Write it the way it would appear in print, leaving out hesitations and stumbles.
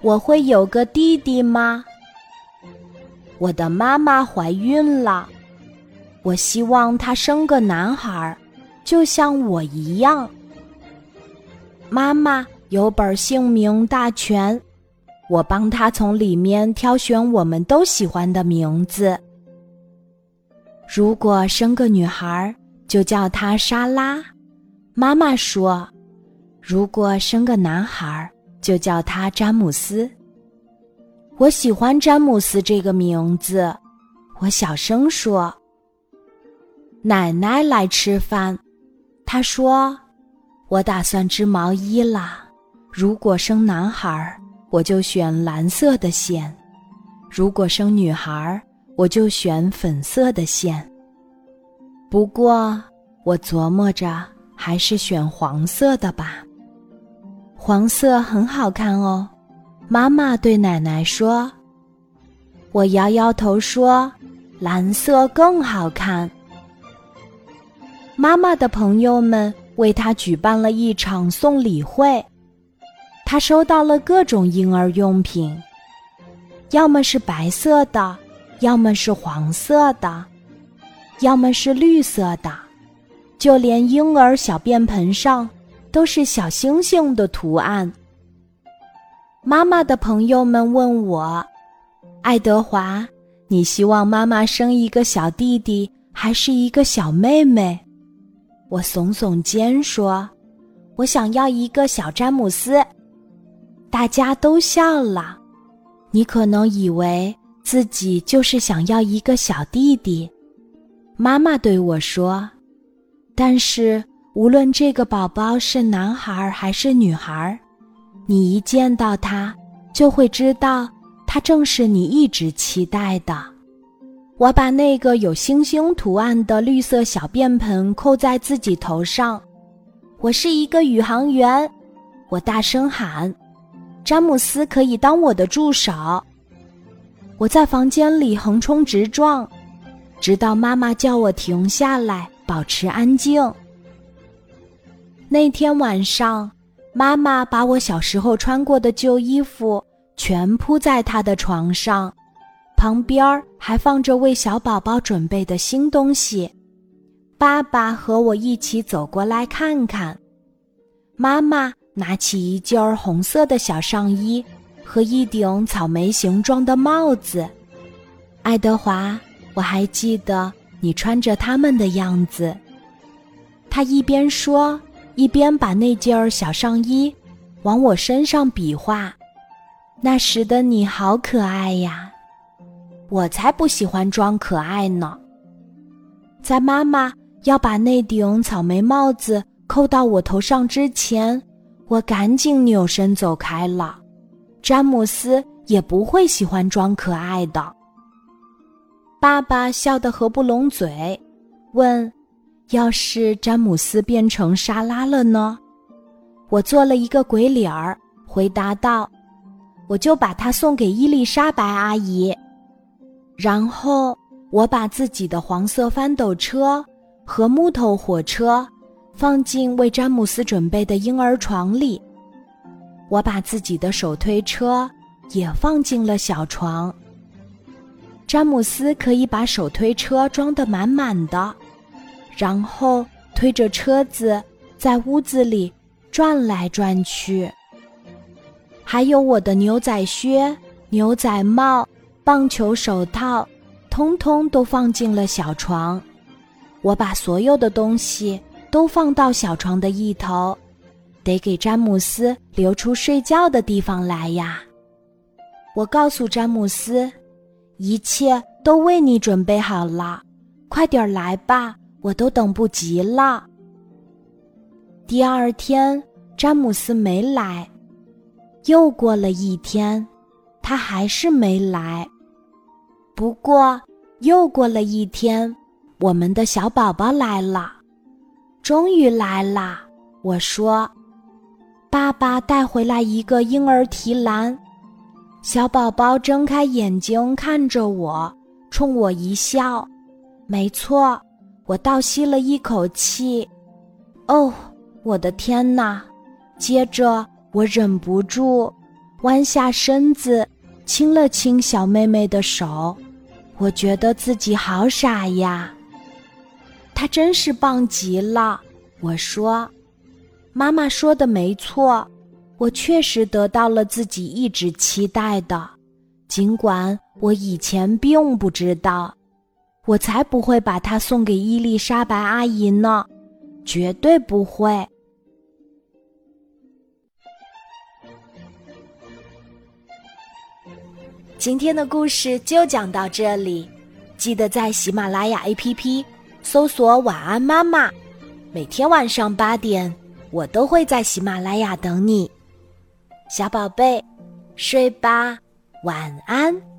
我会有个弟弟吗？我的妈妈怀孕了，我希望她生个男孩，就像我一样。妈妈有本姓名大全，我帮她从里面挑选我们都喜欢的名字。如果生个女孩，就叫她莎拉。妈妈说，如果生个男孩，就叫他詹姆斯。我喜欢詹姆斯这个名字，我小声说。奶奶来吃饭，她说，我打算织毛衣啦，如果生男孩，我就选蓝色的线，如果生女孩，我就选粉色的线。不过我琢磨着还是选黄色的吧。黄色很好看哦，妈妈对奶奶说。我摇摇头说，蓝色更好看。妈妈的朋友们为她举办了一场送礼会，她收到了各种婴儿用品，要么是白色的，要么是黄色的，要么是绿色的，就连婴儿小便盆上都是小星星的图案。妈妈的朋友们问我，爱德华，你希望妈妈生一个小弟弟还是一个小妹妹？我耸耸肩说，我想要一个小詹姆斯。大家都笑了。你可能以为自己就是想要一个小弟弟，妈妈对我说，但是无论这个宝宝是男孩还是女孩，你一见到他就会知道他正是你一直期待的。我把那个有星星图案的绿色小便盆扣在自己头上，我是一个宇航员，我大声喊，詹姆斯可以当我的助手。我在房间里横冲直撞，直到妈妈叫我停下来，保持安静。那天晚上，妈妈把我小时候穿过的旧衣服全铺在她的床上，旁边还放着为小宝宝准备的新东西。爸爸和我一起走过来看看。妈妈拿起一件红色的小上衣和一顶草莓形状的帽子。爱德华，我还记得你穿着它们的样子。他一边说，一边把那件小上衣往我身上比划。那时的你好可爱呀。我才不喜欢装可爱呢。在妈妈要把那顶草莓帽子扣到我头上之前，我赶紧扭身走开了。詹姆斯也不会喜欢装可爱的。爸爸笑得合不拢嘴，问，要是詹姆斯变成莎拉了呢？我做了一个鬼脸儿，回答道，我就把它送给伊丽莎白阿姨。然后我把自己的黄色翻斗车和木头火车放进为詹姆斯准备的婴儿床里。我把自己的手推车也放进了小床。詹姆斯可以把手推车装得满满的，然后推着车子在屋子里转来转去。还有我的牛仔靴、牛仔帽、棒球手套，通通都放进了小床。我把所有的东西都放到小床的一头，得给詹姆斯留出睡觉的地方来呀。我告诉詹姆斯，一切都为你准备好了，快点来吧，我都等不及了。第二天，詹姆斯没来。又过了一天，他还是没来。不过，又过了一天，我们的小宝宝来了。终于来啦，我说。爸爸带回来一个婴儿提篮。小宝宝睁开眼睛看着我，冲我一笑。没错，我倒吸了一口气。哦，我的天哪！接着我忍不住， 弯下身子，亲了亲小妹妹的手。我觉得自己好傻呀。她真是棒极了，我说。妈妈说的没错，我确实得到了自己一直期待的，尽管我以前并不知道。我才不会把它送给伊丽莎白阿姨呢，绝对不会。今天的故事就讲到这里，记得在喜马拉雅 APP 搜索晚安妈妈，每天晚上8点，我都会在喜马拉雅等你。小宝贝，睡吧，晚安。